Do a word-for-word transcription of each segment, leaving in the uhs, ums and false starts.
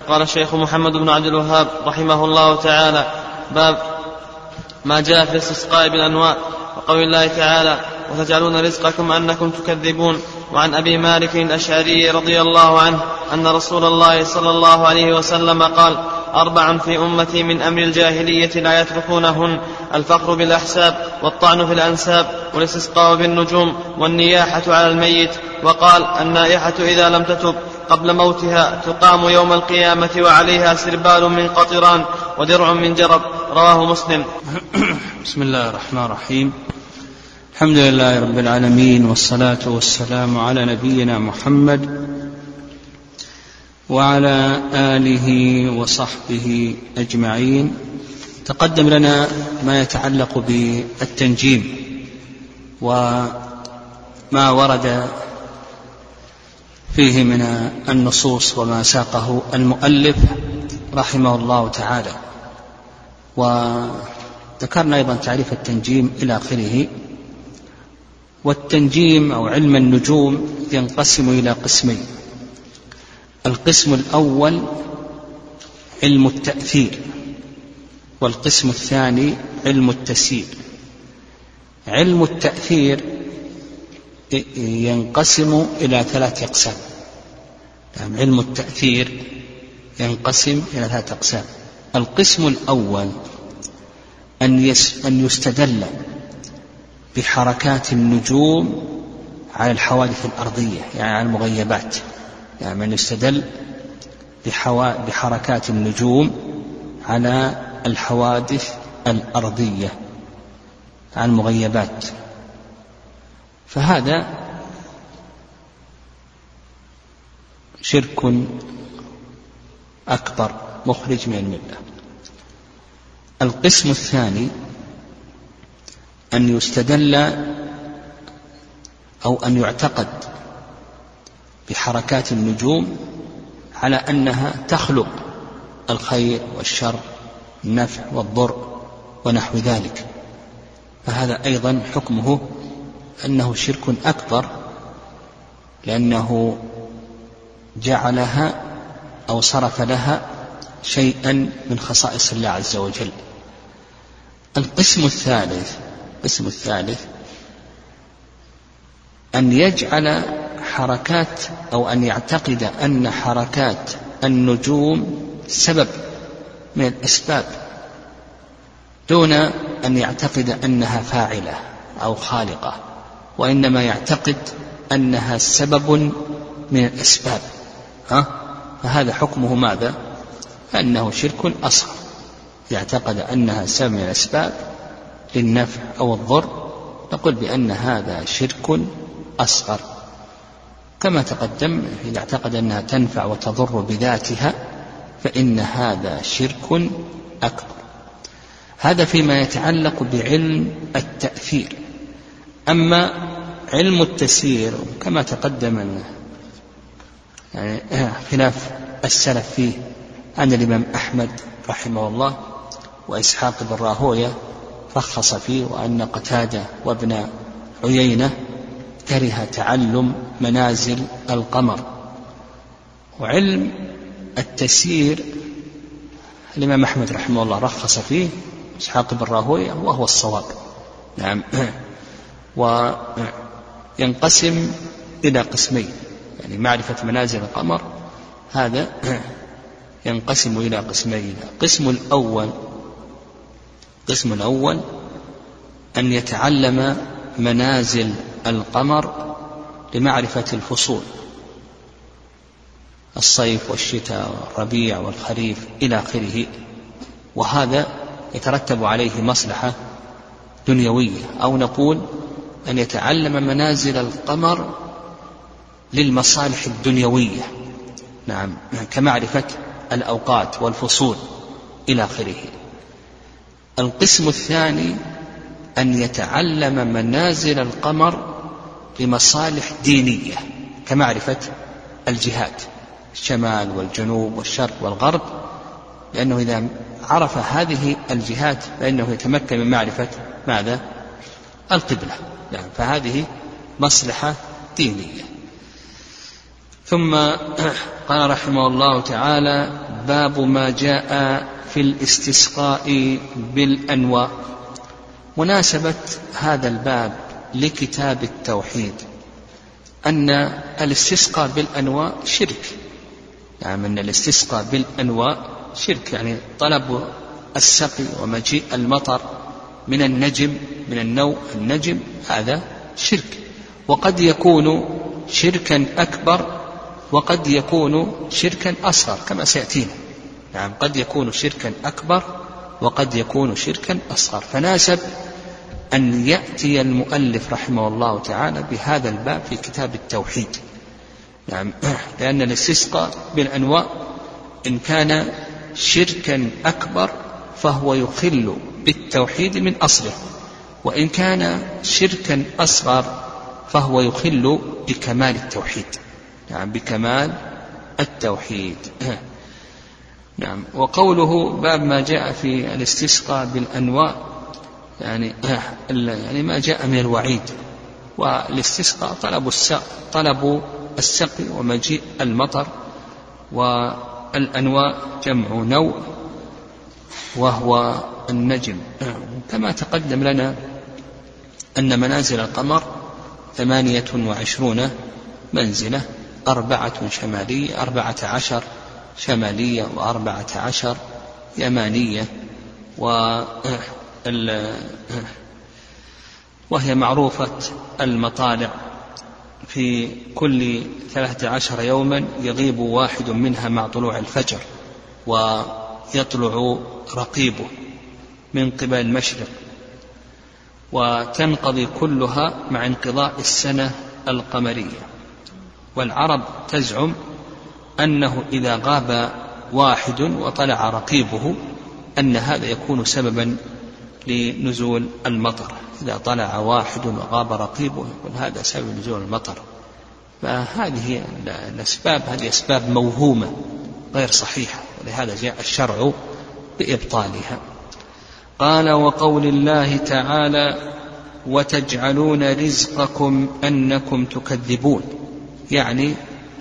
قال الشيخ محمد بن عبد الوهاب رحمه الله تعالى: باب ما جاء في الاستسقاء بالأنواء، وقول الله تعالى: وتجعلون رزقكم أنكم تكذبون. وعن أبي مالك الأشعري رضي الله عنه أن رسول الله صلى الله عليه وسلم قال: أربع في أمتي من أمر الجاهلية لا يتركونهن: الفقر بالأحساب، والطعن في الأنساب، والاستسقاء بالنجوم، والنياحة على الميت. وقال: النائحة إذا لم تتب قبل موتها تقام يوم القيامة وعليها سربال من قطران ودرع من جرب. رواه مسلم. بسم الله الرحمن الرحيم. الحمد لله رب العالمين، والصلاة والسلام على نبينا محمد وعلى آله وصحبه أجمعين. تقدم لنا ما يتعلق بالتنجيم وما ورد فيه من النصوص وما ساقه المؤلف رحمه الله تعالى، وذكرنا أيضا تعريف التنجيم إلى آخره. والتنجيم أو علم النجوم ينقسم إلى قسمين: القسم الأول علم التأثير، والقسم الثاني علم التسيير. علم التأثير ينقسم إلى ثلاث أقسام. علم التأثير ينقسم إلى ثلاث أقسام. القسم الأول أن يستدل بحركات النجوم على الحوادث الأرضية، يعني على المغيبات، يعني من يستدل بحركات النجوم على الحوادث الأرضية، على المغيبات، فهذا شرك أكبر مخرج من الملة. القسم الثاني أن يستدل أو أن يعتقد بحركات النجوم على أنها تخلق الخير والشر، النفع والضر ونحو ذلك، فهذا أيضا حكمه أنه شرك أكبر، لأنه جعلها أو صرف لها شيئا من خصائص الله عز وجل. القسم الثالث القسم الثالث أن يجعل حركات أو أن يعتقد أن حركات النجوم سبب من الأسباب، دون أن يعتقد أنها فاعلة أو خالقة، وإنما يعتقد أنها سبب من الأسباب. ها؟ فهذا حكمه ماذا؟ أنه شرك أصغر، يعتقد أنها سبب من الأسباب للنفع أو الضر، نقول بأن هذا شرك أصغر. كما تقدم، إذا اعتقد أنها تنفع وتضر بذاتها فإن هذا شرك أكبر. هذا فيما يتعلق بعلم التأثير. أما علم التسيير كما تقدم يعني خلاف السلف فيه، أن الإمام أحمد رحمه الله وإسحاق بن راهوية رخص فيه، وأن قتادة وابن عيينة كره تعلم منازل القمر. وعلم التسيير الإمام أحمد رحمه الله رخص فيه، إسحاق بن راهوية، وهو الصواب. نعم. وينقسم إلى قسمين، يعني معرفة منازل القمر هذا ينقسم إلى قسمين. القسم الأول القسم الأول أن يتعلم منازل القمر لمعرفة الفصول، الصيف والشتاء والربيع والخريف إلى آخره، وهذا يترتب عليه مصلحة دنيوية. أو نقول أن يتعلم منازل القمر للمصالح الدنيوية، نعم، كمعرفة الأوقات والفصول إلى آخره. القسم الثاني أن يتعلم منازل القمر لمصالح دينية، كمعرفة الجهات، الشمال والجنوب والشرق والغرب، لأنه إذا عرف هذه الجهات فإنه يتمكن من معرفة ماذا؟ القبلة. يعني فهذه مصلحة دينية. ثم قال رحمه الله تعالى: باب ما جاء في الاستسقاء بالأنواء. مناسبة هذا الباب لكتاب التوحيد أن الاستسقاء بالأنواء شرك، يعني أن الاستسقاء بالأنواء شرك، يعني طلب السقي ومجيء المطر من النجم، من النوء النجم، هذا شرك، وقد يكون شركا أكبر وقد يكون شركا أصغر كما سيأتينا. يعني قد يكون شركا أكبر وقد يكون شركا أصغر، فناسب أن يأتي المؤلف رحمه الله تعالى بهذا الباب في كتاب التوحيد. يعني لأن الاستسقاء بالأنواء إن كان شركا أكبر فهو يخل بالتوحيد من أصله، وإن كان شركا أصغر فهو يخل بكمال التوحيد، يعني بكمال التوحيد. نعم. وقوله باب ما جاء في الاستسقاء بالأنواء يعني يعني ما جاء من الوعيد، والاستسقاء طلب السقي, طلب السقي ومجيء المطر، والأنواء جمع نوء وهو النجم. كما تقدم لنا أن منازل القمر ثمانية وعشرون منزلة، أربعة شمالية أربعة عشر شمالية وأربعة عشر يمانية، وهي معروفة المطالع، في كل ثلاثة عشر يوما يغيب واحد منها مع طلوع الفجر ويطلع رقيبه من قبل المشرق، وتنقضي كلها مع انقضاء السنة القمرية. والعرب تزعم أنه إذا غاب واحد وطلع رقيبه أن هذا يكون سببا لنزول المطر. إذا طلع واحد وغاب رقيبه يكون هذا سبب نزول المطر. فهذه الأسباب هذه أسباب موهومة غير صحيحة، ولهذا جاء الشرع بإبطالها. قال: وقول الله تعالى: وتجعلون رزقكم أنكم تكذبون. يعني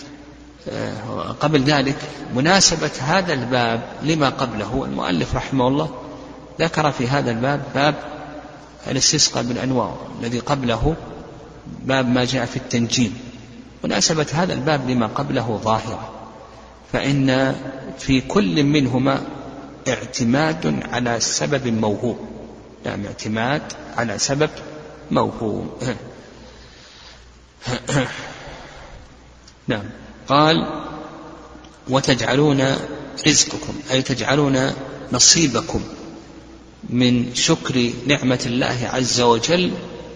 قبل ذلك مناسبة هذا الباب لما قبله، المؤلف رحمه الله ذكر في هذا الباب باب الاستسقاء بالأنواع، الذي قبله باب ما جاء في التنجيم. مناسبة هذا الباب لما قبله ظاهرة، فإن في كل منهما اعتماد على سبب موهوم، يعني اعتماد على سبب موهوم. نعم. قال: وتجعلون رزقكم، أي تجعلون نصيبكم من شكر نعمة الله عز وجل،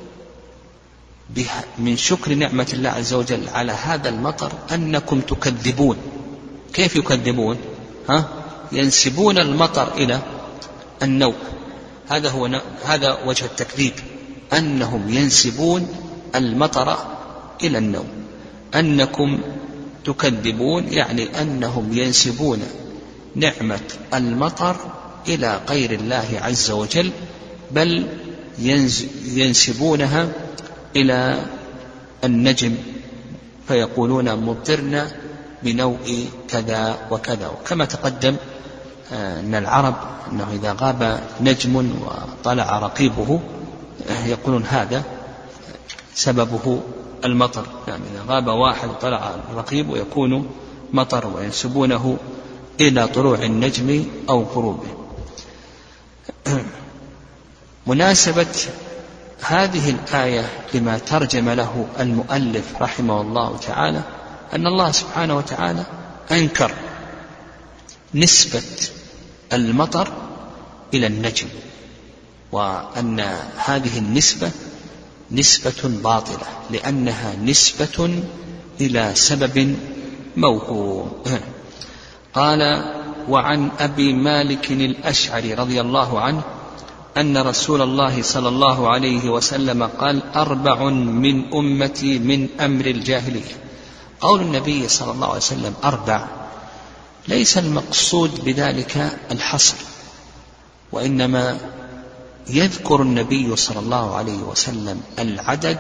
من شكر نعمة الله عز وجل على هذا المطر أنكم تكذبون. كيف يكذبون؟ ها؟ ينسبون المطر إلى النوء، هذا هو هذا وجه التكذيب، أنهم ينسبون المطر إلى النوء. أنكم تكذبون يعني أنهم ينسبون نعمة المطر إلى غير الله عز وجل، بل ينسبونها إلى النجم، فيقولون مطرنا بنوء كذا وكذا. وكما تقدم أن العرب أنه إذا غاب نجم وطلع رقيبه يقولون هذا سببه المطر، يعني إذا غاب واحد وطلع رقيبه يكون مطر، وينسبونه إلى طلوع النجم أو غروبه. مناسبة هذه الآية لما ترجم له المؤلف رحمه الله تعالى أن الله سبحانه وتعالى أنكر نسبة المطر إلى النجم، وأن هذه النسبة نسبة باطلة لأنها نسبة إلى سبب موهوم. قال: وعن أبي مالك الأشعري رضي الله عنه أن رسول الله صلى الله عليه وسلم قال: أربع من أمتي من أمر الجاهلية. قول النبي صلى الله عليه وسلم أربع ليس المقصود بذلك الحصر، وإنما يذكر النبي صلى الله عليه وسلم العدد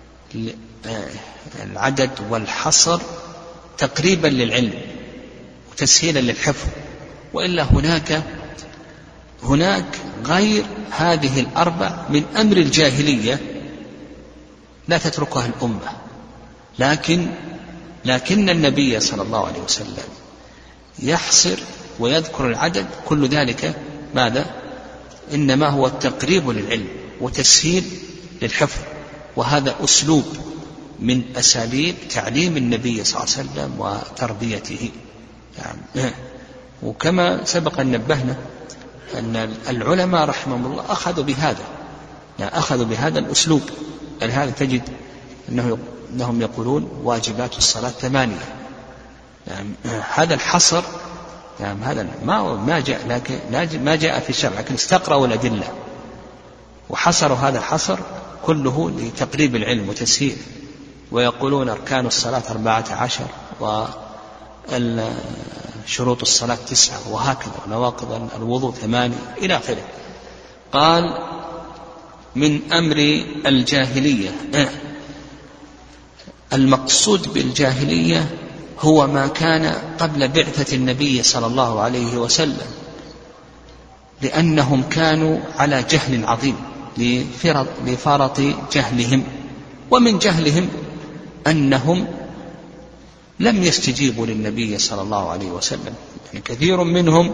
العدد والحصر تقريبا للعلم تسهيلا للحفظ، وإلا هناك هناك غير هذه الأربع من أمر الجاهلية لا تتركها الأمة، لكن لكن النبي صلى الله عليه وسلم يحصر ويذكر العدد، كل ذلك ماذا؟ إنما هو التقريب للعلم وتسهيل للحفظ، وهذا أسلوب من أساليب تعليم النبي صلى الله عليه وسلم وتربيته يعني. وكما سبق أن نبهنا أن العلماء رحمهم الله أخذوا بهذا يعني أخذوا بهذا الأسلوب، لهذا تجد أنه أنهم يقولون واجبات الصلاة ثمانية يعني. هذا الحصر يعني هذا ما ما جاء لكن ما جاء في الشرع، لكن استقرأوا الأدلة وحصروا هذا الحصر كله لتقريب العلم وتسهيل، ويقولون أركان الصلاة أربعة عشر وشروط الصلاة تسعة وهكذا، ونواقض الوضوء ثمانية إلى آخره. قال من أمر الجاهلية، المقصود بالجاهلية هو ما كان قبل بعثة النبي صلى الله عليه وسلم، لأنهم كانوا على جهل عظيم لفرط جهلهم، ومن جهلهم أنهم لم يستجيبوا للنبي صلى الله عليه وسلم، يعني كثير منهم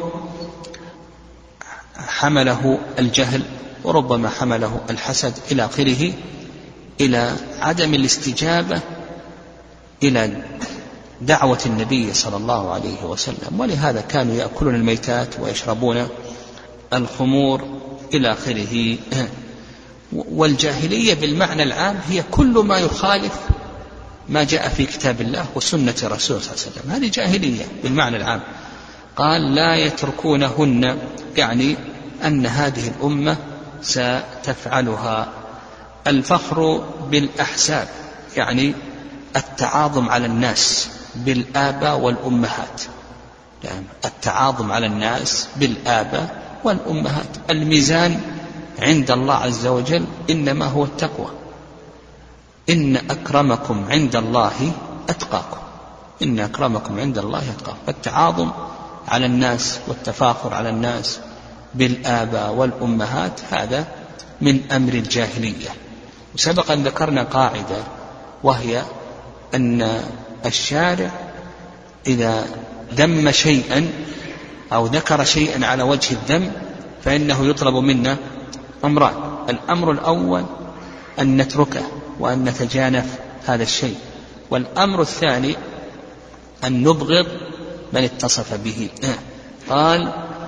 حمله الجهل وربما حمله الحسد إلى آخره إلى عدم الاستجابة إلى دعوة النبي صلى الله عليه وسلم، ولهذا كانوا يأكلون الميتات ويشربون الخمور إلى آخره. والجاهلية بالمعنى العام هي كل ما يخالف ما جاء في كتاب الله وسنة الرسول صلى الله عليه وسلم، هذه جاهلية بالمعنى العام. قال لا يتركونهن، يعني أن هذه الأمة ستفعلها. الفخر بالأحساب يعني التعاظم على الناس بالآباء والأمهات، يعني التعاظم على الناس بالآباء والأمهات. الميزان عند الله عز وجل إنما هو التقوى، إن أكرمكم عند الله أتقاكم، إن أكرمكم عند الله أتقاكم. فالتعاظم على الناس والتفاخر على الناس بالآباء والأمهات هذا من أمر الجاهلية. وسبق أن ذكرنا قاعدة، وهي أن الشارع إذا ذم شيئا أو ذكر شيئا على وجه الذم فإنه يطلب منا أمران: الأمر الأول أن نتركه وأن نتجانب هذا الشيء، والأمر الثاني أن نبغض من اتصف به. قال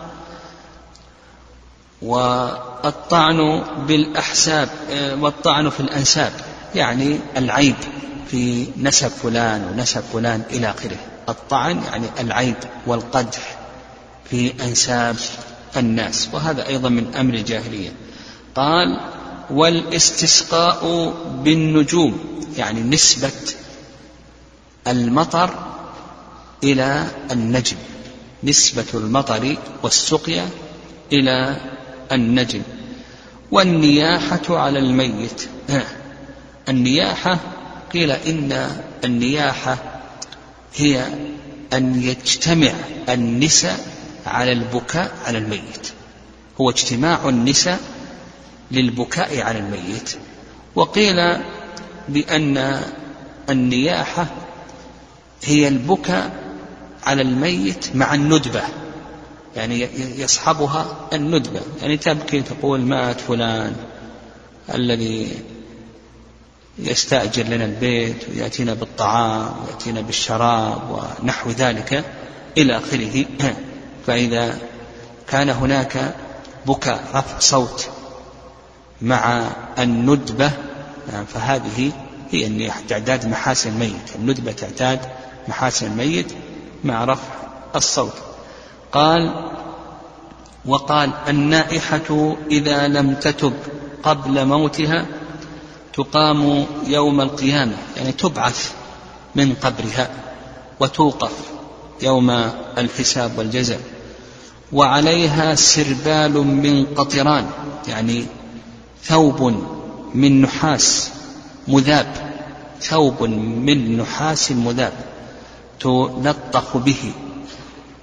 والطعن بالأحساب والطعن في الأنساب، يعني العيب في نسب فلان ونسب فلان إلى آخره. الطعن يعني العيب والقدح في أنساب الناس، وهذا أيضا من أمر الجاهلية. قال والاستسقاء بالنجوم، يعني نسبة المطر إلى النجم، نسبة المطر والسقيا إلى النجم. والنياحة على الميت، النياحة قيل إن النياحة هي أن يجتمع النساء على البكاء على الميت، هو اجتماع النساء للبكاء على الميت. وقيل بأن النياحة هي البكاء على الميت مع الندبة، يعني يصحبها الندبة، يعني تبكي تقول مات فلان الذي يستأجر لنا البيت ويأتينا بالطعام ويأتينا بالشراب ونحو ذلك إلى آخره. فإذا كان هناك بكاء رفع صوت مع الندبة فهذه هي النياحة، تعداد محاسن الميت. الندبة تعداد محاسن الميت مع رفع الصوت. قال وقال النائحة إذا لم تتب قبل موتها تقام يوم القيامة، يعني تبعث من قبرها وتوقف يوم الحساب والجزاء. وعليها سربال من قطران، يعني ثوب من نحاس مذاب، ثوب من نحاس مذاب تلطخ به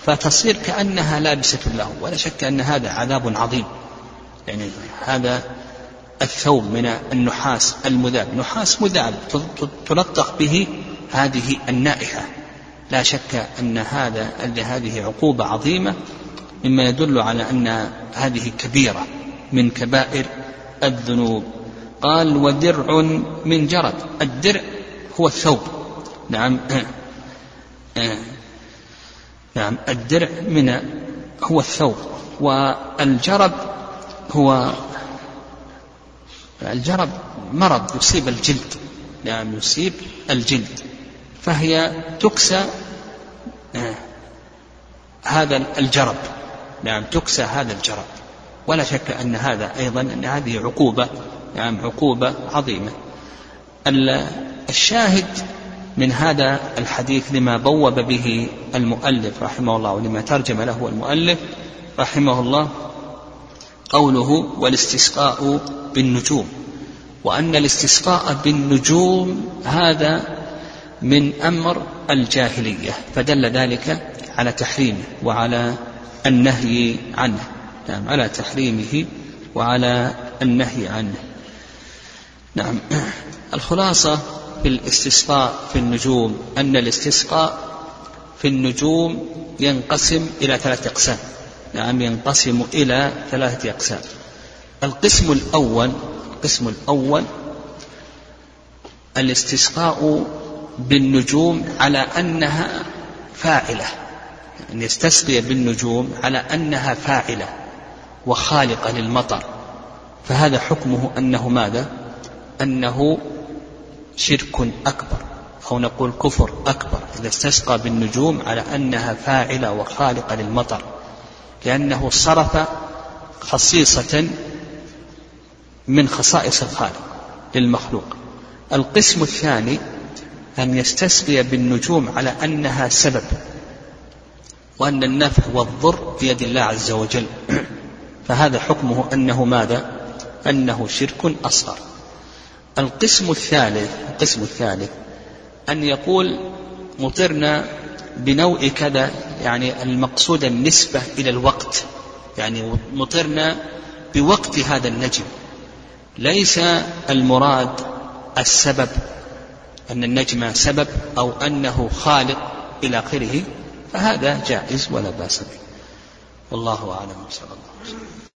فتصير كأنها لابسة له. ولا شك أن هذا عذاب عظيم. يعني هذا الثوب من النحاس المذاب، نحاس مذاب تلطخ به هذه النائحة، لا شك أن هذا هذه عقوبة عظيمة، مما يدل على أن هذه كبيرة من كبائر الذنوب. قال ودرع من جرد، الدرع هو الثوب. نعم نعم الدرع من هو الثوب، والجرب هو الجرب مرض يصيب الجلد. نعم يصيب الجلد، فهي تكسى هذا الجرب. نعم تكسى هذا الجرب. ولا شك أن هذا أيضا أن هذه عقوبة، نعم عقوبة عظيمة. الشاهد من هذا الحديث لما بوب به المؤلف رحمه الله ولما ترجم له المؤلف رحمه الله قوله والاستسقاء بالنجوم، وأن الاستسقاء بالنجوم هذا من أمر الجاهلية، فدل ذلك على تحريمه وعلى النهي عنه. نعم على تحريمه وعلى النهي عنه. نعم الخلاصة في الاستسقاء في النجوم أن الاستسقاء في النجوم ينقسم إلى ثلاثة أقسام. نعم ينقسم إلى ثلاثة أقسام. القسم الأول القسم الأول الاستسقاء بالنجوم على أنها فاعلة، أن يستسقي بالنجوم على أنها فاعلة وخالقة للمطر، فهذا حكمه أنه ماذا؟ أنه شرك أكبر، أو نقول كفر أكبر إذا استسقى بالنجوم على أنها فاعلة وخالقة للمطر، لأنه صرف خصيصة من خصائص الخالق للمخلوق. القسم الثاني أن يستسقي بالنجوم على أنها سبب، وأن النفع والضر بيد الله عز وجل، فهذا حكمه أنه ماذا؟ أنه شرك أصغر. القسم الثالث القسم الثالث أن يقول مطرنا بنوع كذا، يعني المقصود النسبة إلى الوقت، يعني مطرنا بوقت هذا النجم، ليس المراد السبب أن النجم سبب أو أنه خالق إلى آخره، فهذا جائز ولا بأس به. والله أعلم. صلى الله عليه وسلم.